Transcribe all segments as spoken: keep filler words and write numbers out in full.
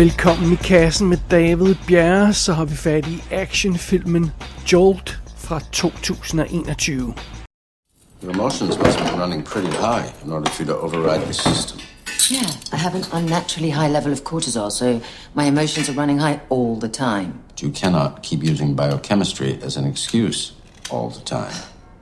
Velkommen i kassen med David Bjerre, så har vi fat i actionfilmen Jolt fra to tusind og enogtyve. Your emotions must be running pretty high in order for you to override the system. Yeah, I have an unnaturally high level of cortisol, so my emotions are running high all the time. But you cannot keep using biochemistry as an excuse all the time.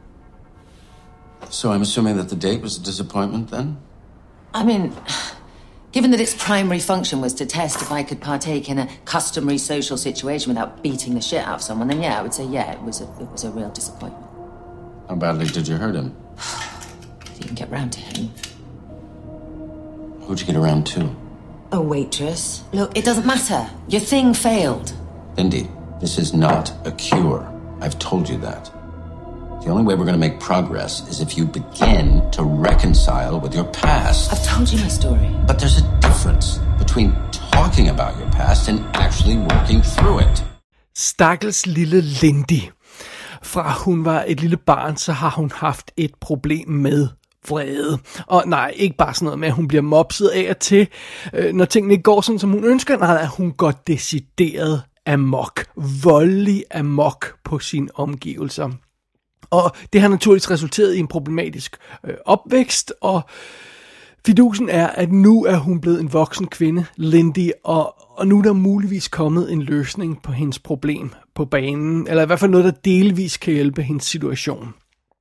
So I'm assuming that the date was a disappointment then? I mean, given that its primary function was to test if I could partake in a customary social situation without beating the shit out of someone, then yeah, I would say yeah, it was a, it was a real disappointment. How badly did you hurt him? Didn't get round to him. Who'd you get around to? A waitress. Look, it doesn't matter. Your thing failed. Lindy, this is not a cure. I've told you that. The only way we're going to make progress is if you begin to reconcile with your past. I've told you my story. But there's a difference between talking about your past and actually working through it. Stakkels lille Lindy. Fra hun var et lille barn, så har hun haft et problem med vrede. Og nej, ikke bare sådan noget med, at hun bliver mopset af og til, øh, når tingene ikke går sådan, som hun ønsker. Nej, at hun går decideret amok. Voldelig amok på sine omgivelser. Og det har naturligvis resulteret i en problematisk øh, opvækst, og fidusen er, at nu er hun blevet en voksen kvinde, Lindy, og, og nu er der muligvis kommet en løsning på hendes problem på banen, eller i hvert fald noget, der delvis kan hjælpe hendes situation.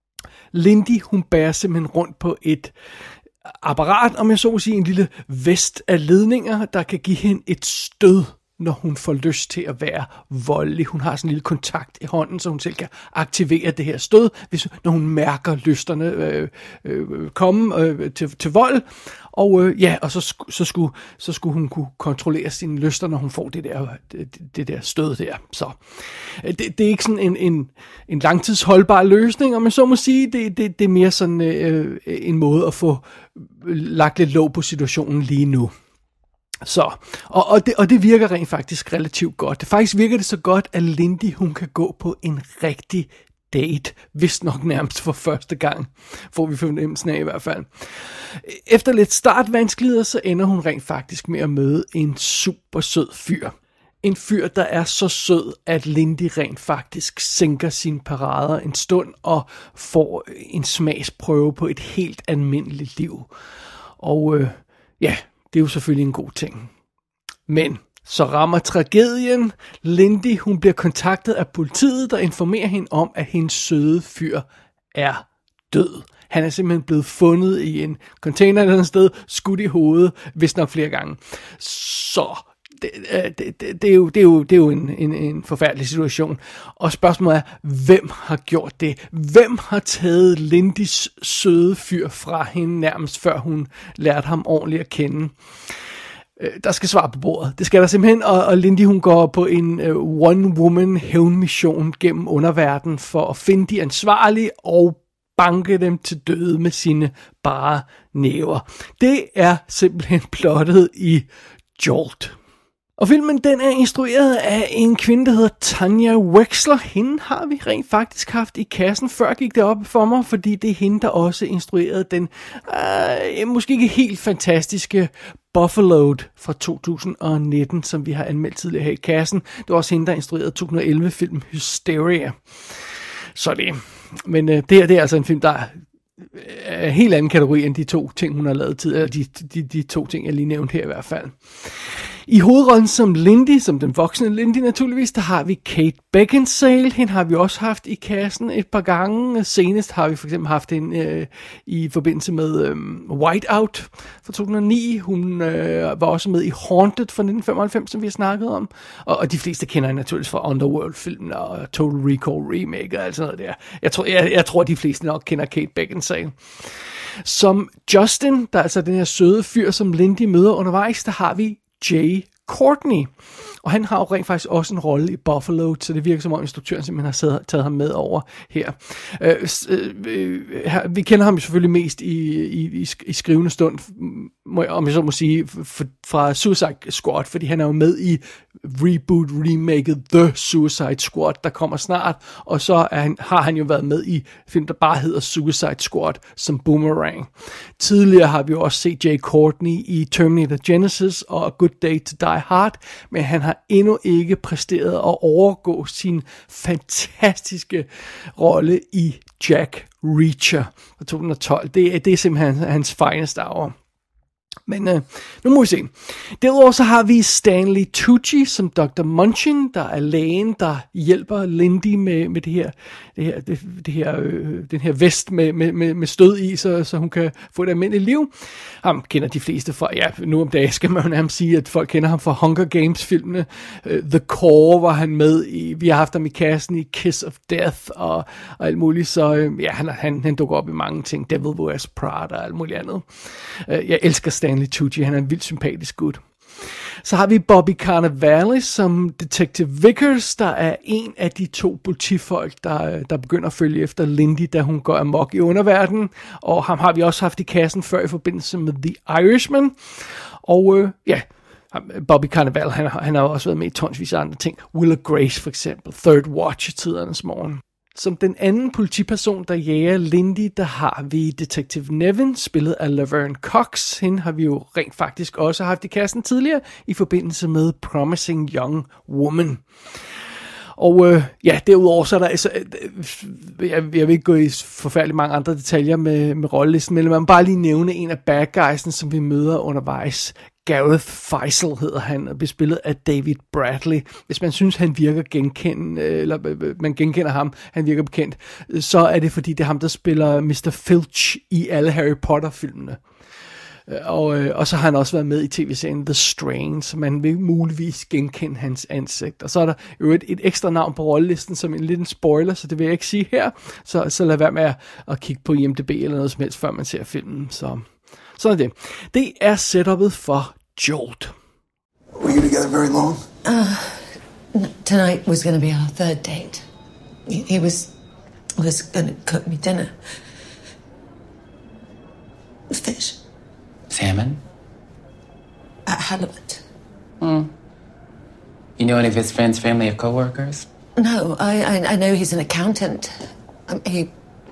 Lindy, hun bærer simpelthen rundt på et apparat, om jeg så må sige, en lille vest af ledninger, der kan give hende et stød, når hun får lyst til at være voldelig. Hun har sådan en lille kontakt i hånden, så hun selv kan aktivere det her stød, hvis, når hun mærker lysterne øh, øh, komme øh, til, til vold. Og øh, ja, og så, så, skulle, så skulle hun kunne kontrollere sine lyster, når hun får det der, det, det der stød der. Så det, det er ikke sådan en, en, en langtidsholdbar løsning, om man så må sige. Det, det, det er mere sådan øh, en måde at få lagt lidt låg på situationen lige nu. Så, og, og, det, og det virker rent faktisk relativt godt. Det faktisk virker det så godt, at Lindy, hun kan gå på en rigtig date, vist nok nærmest for første gang, får vi fornemmelsen af i hvert fald. Efter lidt startvanskeligheder, så ender hun rent faktisk med at møde en super sød fyr. En fyr, der er så sød, at Lindy rent faktisk sænker sine parader en stund og får en smagsprøve på et helt almindeligt liv. Og øh, ja, det er jo selvfølgelig en god ting. Men så rammer tragedien. Lindy, hun bliver kontaktet af politiet, der informerer hende om, at hendes søde fyr er død. Han er simpelthen blevet fundet i en container et eller andet sted, skudt i hovedet, vist nok flere gange. Så det, det, det, det, er, jo, det, er, jo, det er jo en, en, en forfærdelig situation. Og spørgsmålet er, hvem har gjort det? Hvem har taget Lindys søde fyr fra hende nærmest, før hun lærte ham ordentligt at kende? Der skal svar på bordet. Det skal der simpelthen, og, og Lindy, hun går på en uh, one-woman hævnmission gennem underverdenen for at finde de ansvarlige og banke dem til døde med sine bare næver. Det er simpelthen plottet i Jolt. Og filmen, den er instrueret af en kvinde, der hedder Tanya Wexler. Hende har vi rent faktisk haft i kassen. Før gik det op for mig, fordi det er hende, der også instruerede den øh, måske ikke helt fantastiske Buffalo fra to tusind og nitten, som vi har anmeldt tidligere her i kassen. Det var også hende, der instruerede to tusind og elleve-filmen Hysteria. Så det. Men øh, det, her, det er altså en film, der er en helt anden kategori end de to ting, hun har lavet tidligere. De, de, de to ting, jeg lige nævnte her i hvert fald. I hovedrollen som Lindy, som den voksne Lindy naturligvis, der har vi Kate Beckinsale. Hende har vi også haft i kassen et par gange. Senest har vi for eksempel haft hende øh, i forbindelse med øh, Whiteout fra to tusind og ni. Hun øh, var også med i Haunted fra nitten femoghalvfems, som vi har snakket om. Og, og de fleste kender hende naturligvis fra Underworld-filmen og Total Recall Remake og alt sådan noget der. Jeg tror, jeg, jeg tror, de fleste nok kender Kate Beckinsale. Som Justin, der er altså den her søde fyr, som Lindy møder undervejs, der har vi Jay Courtney. Og han har jo rent faktisk også en rolle i Buffalo, så det virker som om instruktøren simpelthen har taget ham med over her. Øh, øh, vi kender ham jo selvfølgelig mest i, i, i skrivende stund om jeg så må sige, fra Suicide Squad, fordi han er jo med i reboot-remaket The Suicide Squad, der kommer snart, og så er han, har han jo været med i film, der bare hedder Suicide Squad, som Boomerang. Tidligere har vi jo også set Jay Courtney i Terminator Genesis og A Good Day to Die Hard, men han har endnu ikke præsteret at overgå sin fantastiske rolle i Jack Reacher fra to tusind og tolv. Det, det er simpelthen hans finest hour. Men øh, nu må vi se. Derudover så har vi Stanley Tucci som doktor Munchin, der er lægen, der hjælper Lindy med, med det her, det her, det, det her, øh, den her vest med, med, med, med stød i, så, så hun kan få et almindeligt liv. Ham kender de fleste fra, ja, nu om dagen skal man jo nærmest sige, at folk kender ham fra Hunger Games-filmene. Uh, The Core var han med i, vi har haft ham i kassen i Kiss of Death og, og alt muligt, så øh, ja, han, han, han dukker op i mange ting, Devil Wears Prada og alt muligt andet. Uh, jeg elsker Stanley Tucci, han er en vildt sympatisk gut. Så har vi Bobby Cannavale som Detective Vickers, der er en af de to politifolk, der, der begynder at følge efter Lindy, da hun går amok i underverdenen. Og ham har vi også haft i kassen før i forbindelse med The Irishman. Og øh, ja, Bobby Cannavale, han, han har også været med i tonsvis af andre ting. Will of Grace for eksempel, Third Watch i tidernes morgen. Som den anden politiperson, der jager Lindy, der har vi Detective Nevin, spillet af Laverne Cox. Hende har vi jo rent faktisk også haft i kassen tidligere, i forbindelse med Promising Young Woman. Og øh, ja, derudover så er der, altså, jeg, jeg vil ikke gå i forfærdelig mange andre detaljer med, med rollelisten, men man bare lige nævne en af bad guys'en, som vi møder undervejs. Gareth Faisal hedder han, og bliver spillet af David Bradley. Hvis man synes, han virker genkendende, eller man genkender ham, han virker bekendt, så er det fordi, det er ham, der spiller mister Filch i alle Harry Potter-filmene. Og, og så har han også været med i tv-serien The Strain, så man vil muligvis genkende hans ansigt. Og så er der jo et, et ekstra navn på rollelisten, som en lille spoiler, så det vil jeg ikke sige her. Så, så lad være med at, at kigge på I M D B eller noget som helst, før man ser filmen. Så sådan er det. Det er setupet for Jolt. Were you together very long? Uh, tonight was going to be our third date. He, he was was going to cook me dinner. Fish. Salmon? At halibut. Hmm. You know any of his friends, family, or co-workers? No, I, I, I know he's an accountant. Um, he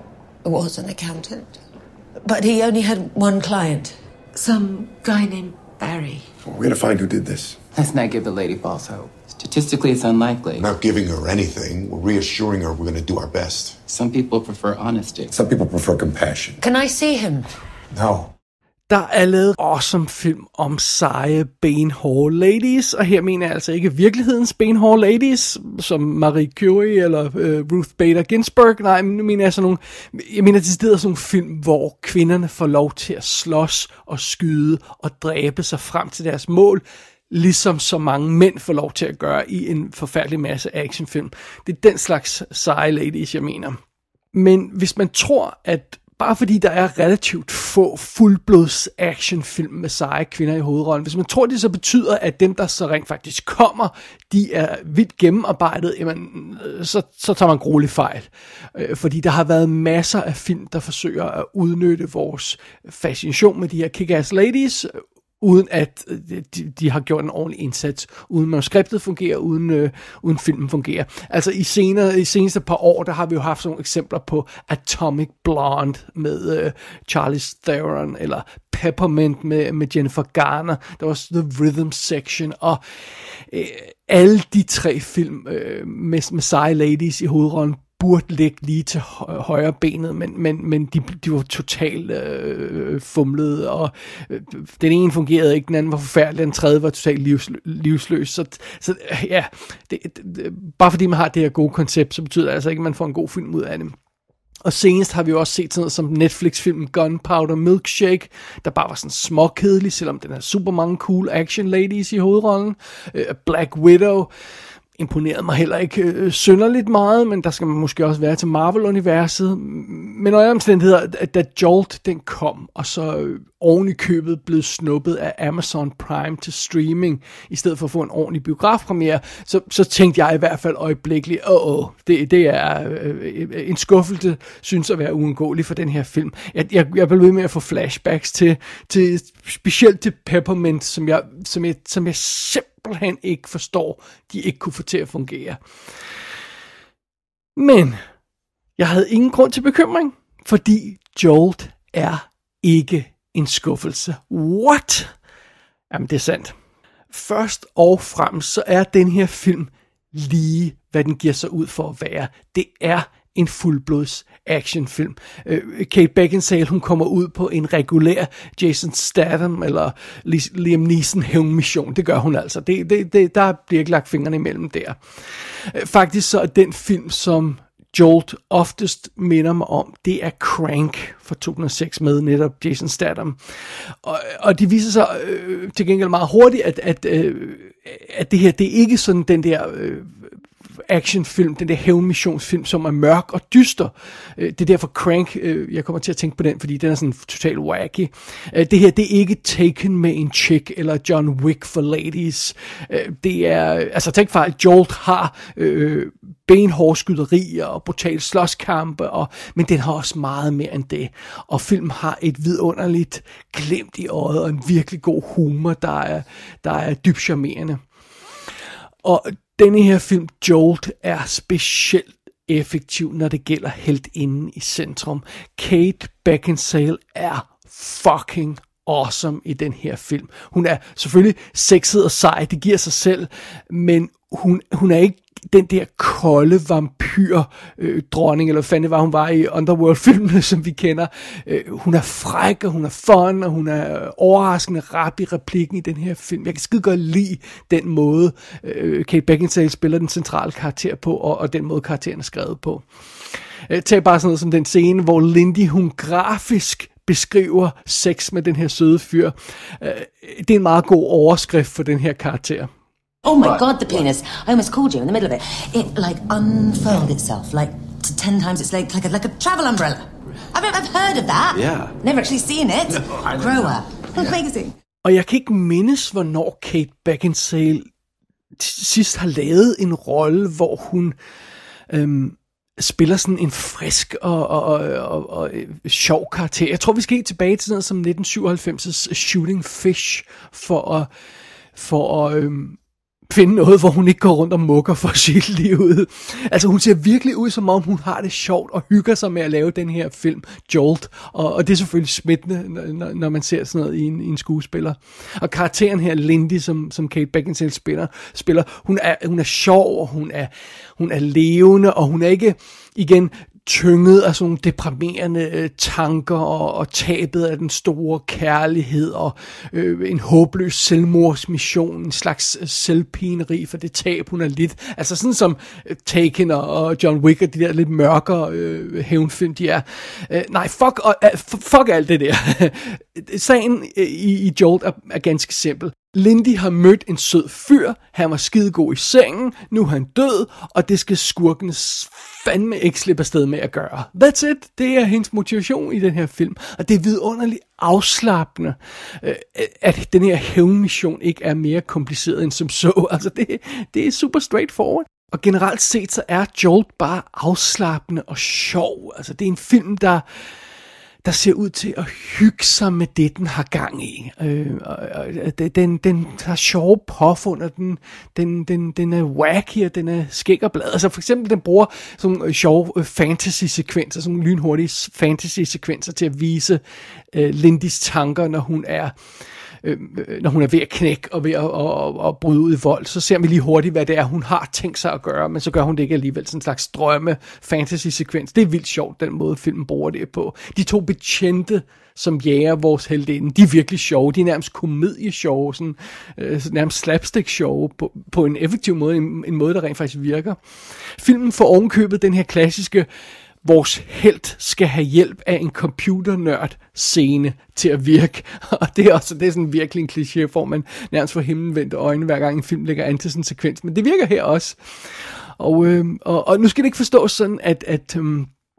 was an accountant. But he only had one client. Some guy named Barry. We're gonna find who did this. Let's not give the lady false hope. Statistically, it's unlikely. We're not giving her anything. We're reassuring her we're gonna do our best. Some people prefer honesty. Some people prefer compassion. Can I see him? No. Der er lavet awesome film om seje benhårde ladies, og her mener jeg altså ikke virkelighedens benhårde ladies, som Marie Curie eller øh, Ruth Bader Ginsburg. Nej, nu mener jeg sådan nogle, jeg mener det er sådan nogle film, hvor kvinderne får lov til at slås og skyde og dræbe sig frem til deres mål, ligesom så mange mænd får lov til at gøre i en forfærdelig masse actionfilm. Det er den slags seje ladies, jeg mener. Men hvis man tror, at bare fordi der er relativt få fuldblods actionfilm med seje kvinder i hovedrollen, hvis man tror, det så betyder, at dem, der så rent faktisk kommer, de er vildt gennemarbejdet, jamen, så, så tager man grueligt fejl. Fordi der har været masser af film, der forsøger at udnytte vores fascination med de her kick-ass ladies, uden at de, de har gjort en ordentlig indsats, uden manuskriptet fungerer, uden, øh, uden filmen fungerer. Altså i senere, i seneste par år, der har vi jo haft sådan nogle eksempler på Atomic Blonde med øh, Charlize Theron, eller Peppermint med, med Jennifer Garner, der var The Rhythm Section, og øh, alle de tre film øh, med, med seje ladies i hovedrollen burde ligge lige til højre benet, men, men, men de, de var totalt øh, fumlede, og øh, den ene fungerede ikke, den anden var forfærdelig, den tredje var totalt livs, livsløs. Så, så ja, det, det, bare fordi man har det her gode koncept, så betyder det altså ikke, at man får en god film ud af det. Og senest har vi også set sådan noget som Netflix-filmen Gunpowder Milkshake, der bare var sådan småkedelig, selvom den har super mange cool action ladies i hovedrollen. Uh, Black Widow imponerede mig heller ikke øh, synderligt meget, men der skal man måske også være til Marvel-universet. men under omstændigheder, da Jolt den kom, og så oven i købet blev snuppet af Amazon Prime til streaming, i stedet for at få en ordentlig biografpremiere, så, så tænkte jeg i hvert fald øjeblikkeligt, åh, oh, oh, det, det er øh, en skuffelse, synes at være uundgåelig for den her film. Jeg, jeg, jeg blev ved med at få flashbacks til, til specielt til Peppermint, som jeg, som jeg, som jeg simpelthen ikke forstår, de ikke kunne få til at fungere. Men jeg havde ingen grund til bekymring, fordi Jolt er ikke en skuffelse. What? Jamen, det er sandt. Først og fremmest, så er den her film lige, hvad den giver sig ud for at være. Det er en fuldblods actionfilm. Uh, Kate Beckinsale, hun kommer ud på en regulær Jason Statham eller Liam Neeson hævnmission. Det gør hun altså. Det, det, det, der bliver ikke lagt fingrene imellem der. Uh, faktisk så er den film, som Jolt oftest minder mig om, det er Crank fra to tusind og seks med netop Jason Statham. Og, og det viser sig øh, til gengæld meget hurtigt, at, at, øh, at det her, det er ikke sådan den der øh, actionfilm, den der hævnmissionsfilm, som er mørk og dyster. Det er derfor Crank, jeg kommer til at tænke på den, fordi den er sådan totalt wacky. Det her, det er ikke Taken med en chick, eller John Wick for ladies. Det er, altså tænk fejl, Jolt har øh, benhårde skyderier og brutale slåskampe, og, men den har også meget mere end det. Og filmen har et vidunderligt glimt i øjet, og en virkelig god humor, der er, der er dybt charmerende. Og denne her film, Jolt, er specielt effektiv, når det gælder heltinden i centrum. Kate Beckinsale er fucking awesome i den her film. Hun er selvfølgelig sexet og sej, det giver sig selv, men hun, hun er ikke den der kolde vampyr øh, dronning, eller hvad fanden det var, hun var i Underworld-filmene, som vi kender. Øh, hun er fræk, og hun er fun, og hun er overraskende rap i replikken i den her film. Jeg kan skide godt lide den måde, øh, Kate Beckinsale spiller den centrale karakter på, og, og den måde, karakteren er skrevet på. Øh, tag bare sådan noget som den scene, hvor Lindy, hun grafisk beskriver sex med den her søde fyr. Øh, det er en meget god overskrift for den her karakter. Oh my God, the penis. I almost called you in the middle of it. It, like, unfurled itself, like, to ten times its length, like a, like a travel umbrella. I've, I've heard of that. Yeah. Never actually seen it. No, Grow up. Amazing. Og jeg kan ikke mindes, hvornår Kate Beckinsale sidst har lavet en rolle, hvor hun øhm, spiller sådan en frisk og, og, og, og, og sjov karakter. Jeg tror, vi skal helt tilbage til noget som nitten syvoghalvfems' Shooting Fish, for at, for at øhm, finde noget, hvor hun ikke går rundt og mukker for sit liv ud. Altså, hun ser virkelig ud, som om hun har det sjovt og hygger sig med at lave den her film, Jolt. Og, og det er selvfølgelig smittende, når, når man ser sådan noget i en, i en skuespiller. Og karakteren her, Lindy, som, som Kate Beckinsale spiller, spiller hun, er, hun er sjov, og hun er, hun er levende, og hun er ikke, igen, tynget af sådan nogle deprimerende øh, tanker og, og tabet af den store kærlighed og øh, en håbløs selvmordsmission, en slags øh, selvpineri for det tab, hun har lidt. Altså sådan som øh, Taken og, og John Wick og de der lidt mørkere øh, hævnfilm, de er. Øh, nej, fuck, uh, fuck alt det der. Sagen øh, i, i Jolt er, er ganske simpel. Lindy har mødt en sød fyr, han var skidegod i sengen, nu er han død, og det skal skurkene fandme ikke slippe afsted med at gøre. That's it, det er hendes motivation i den her film, og det er vidunderligt afslappende, at den her hævnmission ikke er mere kompliceret end som så. Altså det, det er super straightforward. Og generelt set så er Jolt bare afslappende og sjov. Altså det er en film, der... der ser ud til at hygge sig med det, den har gang i. Øh, den, den har sjove påfund, og den, den, den, den er wacky, og den er skæg og blad. Altså for eksempel, den bruger sådan sjove fantasy-sekvenser, sådan lynhurtige fantasy-sekvenser til at vise øh, Lindys tanker, når hun er... Øh, når hun er ved at knække og ved at, at, at, at bryde ud i vold, så ser vi lige hurtigt, hvad det er, hun har tænkt sig at gøre, men så gør hun det ikke alligevel. Sådan en slags drømme fantasy-sekvens. Det er vildt sjovt, den måde filmen bruger det på. De to betjente, som jager vores heldinde, de er virkelig sjove. De er nærmest komediesjove, sådan, øh, nærmest slapstick-sjove på, på en effektiv måde, en, en måde, der rent faktisk virker. Filmen får ovenkøbet den her klassiske vores helt skal have hjælp af en computernørd scene til at virke. Og det er også det er sådan virkelig en kliché, hvor man nærmest får himmelvendte øjne, hver gang en film lægger an til sådan en sekvens. Men det virker her også. Og, øh, og, og nu skal det ikke forstås sådan, at, at, øh,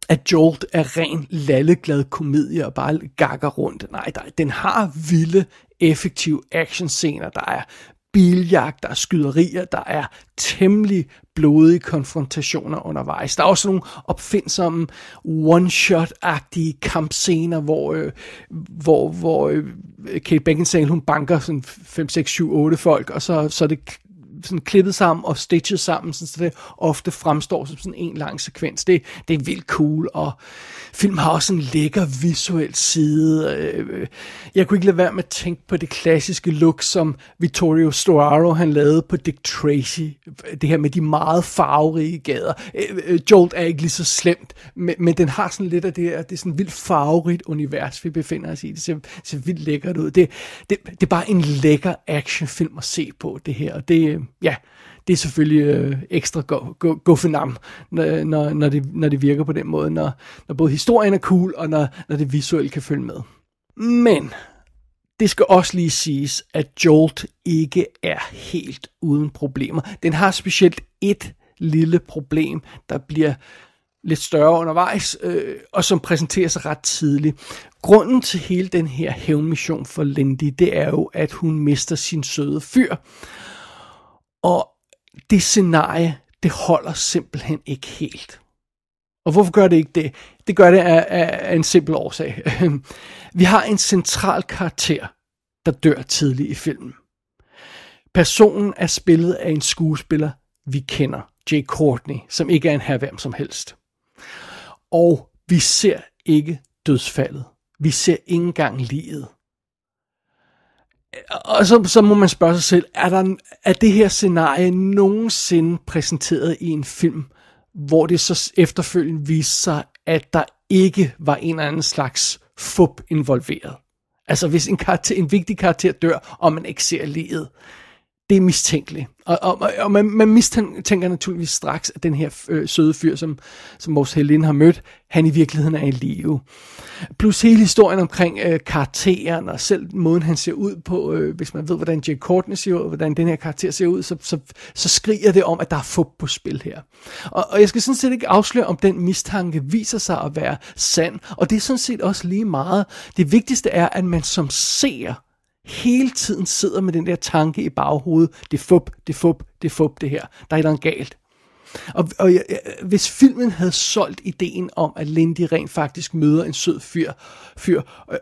at Jolt er ren lalleglad komedie og bare gakker rundt. Nej, der, den har vilde, effektive actionscener. Der er biljagt, der er skyderier, der er temmelig blodige konfrontationer undervejs. Der er også nogle opfindsomme one-shot-agtige kampscener, hvor, øh, hvor, hvor øh, Kate Beckinsale, hun banker sådan fem, seks, syv, otte folk, og så, så er det sådan klippet sammen og stitchet sammen, så det ofte fremstår som sådan en lang sekvens. Det, det er vildt cool, og film har også en lækker visuel side. Jeg kunne ikke lade være med at tænke på det klassiske look, som Vittorio Storaro han lavede på Dick Tracy. Det her med de meget farverige gader. Jolt er ikke lige så slemt, men, men den har sådan lidt af det her, det er sådan et vildt farverigt univers, vi befinder os i. Det ser, det ser vildt lækkert ud. Det, det, det er bare en lækker actionfilm at se på, det her. Og det, ja, det er selvfølgelig øh, ekstra go, go, go for nam, når, når, når, det, når det virker på den måde, når, når både historien er cool, og når, når det visuelt kan følge med. Men det skal også lige siges, at Jolt ikke er helt uden problemer. Den har specielt et lille problem, der bliver lidt større undervejs, øh, og som præsenterer sig ret tidligt. Grunden til hele den her hævnmission for Lindy, det er jo, at hun mister sin søde fyr. Og det scenarie, det holder simpelthen ikke helt. Og hvorfor gør det ikke det? Det gør det af, af, af en simpel årsag. Vi har en central karakter, der dør tidligt i filmen. Personen er spillet af en skuespiller, vi kender, Jai Courtney, som ikke er en herrehvem som helst. Og vi ser ikke dødsfaldet. Vi ser ikke engang liget. Og så, så må man spørge sig selv, er, der, er det her scenarie nogensinde præsenteret i en film, hvor det så efterfølgende viser sig, at der ikke var en eller anden slags fup involveret? Altså hvis en, karakter, en vigtig karakter dør, og man ikke ser liget, det er mistænkeligt. Og, og, og man, man mistænker naturligvis straks, at den her øh, søde fyr, som, som vores heldinde har mødt, han i virkeligheden er i live. Plus hele historien omkring øh, karakteren, og selv måden han ser ud på, øh, hvis man ved, hvordan Jai Courtney ser ud, hvordan den her karakter ser ud, så, så, så skriger det om, at der er fup på spil her. Og, og jeg skal sådan set ikke afsløre, om den mistanke viser sig at være sand, og det er sådan set også lige meget. Det vigtigste er, at man som seer hele tiden sidder med den der tanke i baghovedet, det er fup, det er fup, det er fup, det her. Der er noget galt. Og, og ja, hvis filmen havde solgt ideen om, at Lindy rent faktisk møder en sød fyr, fyr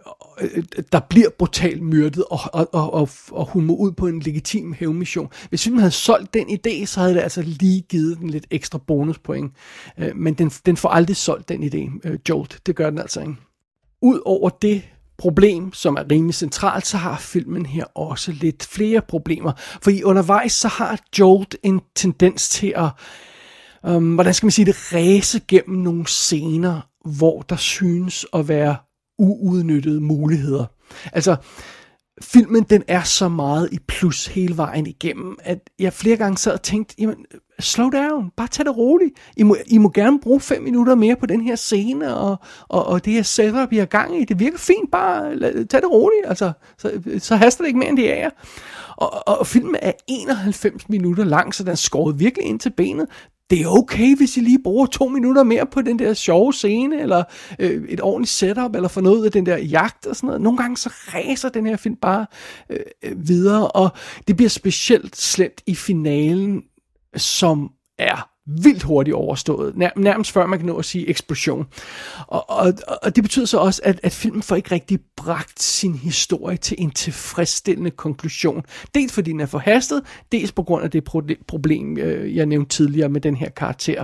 der bliver brutalt myrdet, og, og, og, og, og hun må ud på en legitim hævnmission. Hvis filmen havde solgt den idé, så havde det altså lige givet den lidt ekstra bonuspoint. Men den, den får aldrig solgt den idé, Jolt. Det gør den altså ikke. Udover det problem, som er rimelig centralt, så har filmen her også lidt flere problemer. For i undervejs, så har Jolt en tendens til at, um, hvordan skal man sige det, ræse gennem nogle scener, hvor der synes at være uudnyttede muligheder. Altså, filmen, den er så meget i plus hele vejen igennem, at jeg flere gange sad og tænkte, jamen, slow down, bare tag det roligt. I må, I må gerne bruge fem minutter mere på den her scene, og, og, og det her setup, I har gang i. Det virker fint, bare tag det roligt. Altså, så, så haster det ikke mere, end det er. Og, og, og filmen er enoghalvfems minutter lang, så den er skåret virkelig ind til benet. Det er okay, hvis I lige bruger to minutter mere på den der sjove scene, eller øh, et ordentligt setup, eller for noget af den der jagt og sådan noget. Nogle gange så ræser den her film bare øh, videre, og det bliver specielt slemt i finalen, som er vildt hurtigt overstået, Nær, nærmest før man kan nå at sige eksplosion. Og, og, og det betyder så også, at, at filmen får ikke rigtig bragt sin historie til en tilfredsstillende konklusion. Dels fordi den er forhastet, dels på grund af det problem, jeg nævnte tidligere med den her karakter.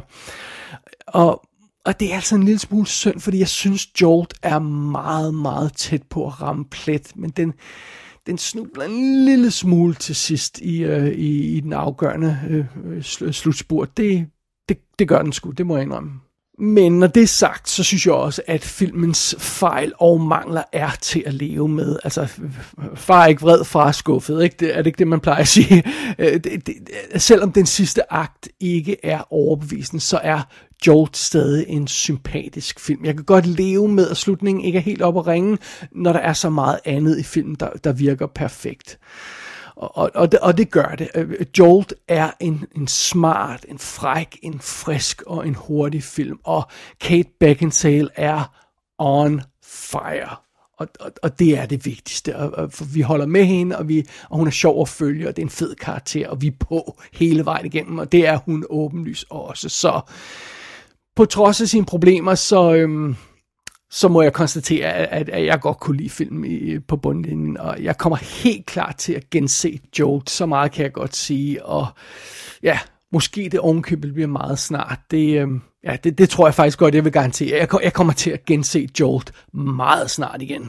Og, og det er altså en lille smule synd, fordi jeg synes, Jolt er meget, meget tæt på at ramme plet, men den Den snubler en lille smule til sidst i, øh, i, i den afgørende øh, slutspurt. Det, det, det gør den sgu, det må jeg indrømme. Men når det er sagt, så synes jeg også, at filmens fejl og mangler er til at leve med. Altså, far er ikke vred, far er skuffet, ikke? Det, er det ikke det, man plejer at sige? Det, det, selvom den sidste akt ikke er overbevisende, så er Jolt stadig en sympatisk film. Jeg kan godt leve med, at slutningen ikke er helt op at ringe, når der er så meget andet i filmen, der, der virker perfekt. Og, og, og, det, og det gør det. Jolt er en, en smart, en fræk, en frisk og en hurtig film, og Kate Beckinsale er on fire. Og, og, og det er det vigtigste. Og, og, for vi holder med hende, og, vi, og hun er sjov at følge, og det er en fed karakter, og vi er på hele vejen igennem, og det er hun åbenlyst også. Så på trods af sine problemer, så, øhm, så må jeg konstatere, at, at jeg godt kunne lide film i, på bundlinjen, og jeg kommer helt klart til at gense Jolt. Så meget kan jeg godt sige, og ja, måske det ovenkøbet bliver meget snart. Det, øhm, ja, det, det tror jeg faktisk godt, jeg vil garantere. Jeg, jeg kommer til at gense Jolt meget snart igen.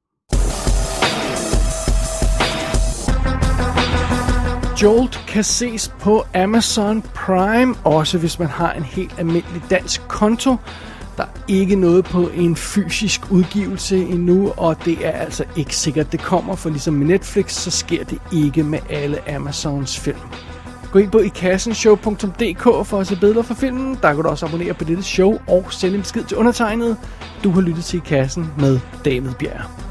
Jolt kan ses på Amazon Prime, også hvis man har en helt almindelig dansk konto. Der er ikke noget på en fysisk udgivelse endnu, og det er altså ikke sikkert, det kommer, for ligesom med Netflix, så sker det ikke med alle Amazons film. Gå ind på i kassen show punktum d k for at se billeder fra filmen. Der kan du også abonnere på dette show og sende en besked til undertegnet. Du har lyttet til I Kassen med David Bjerg.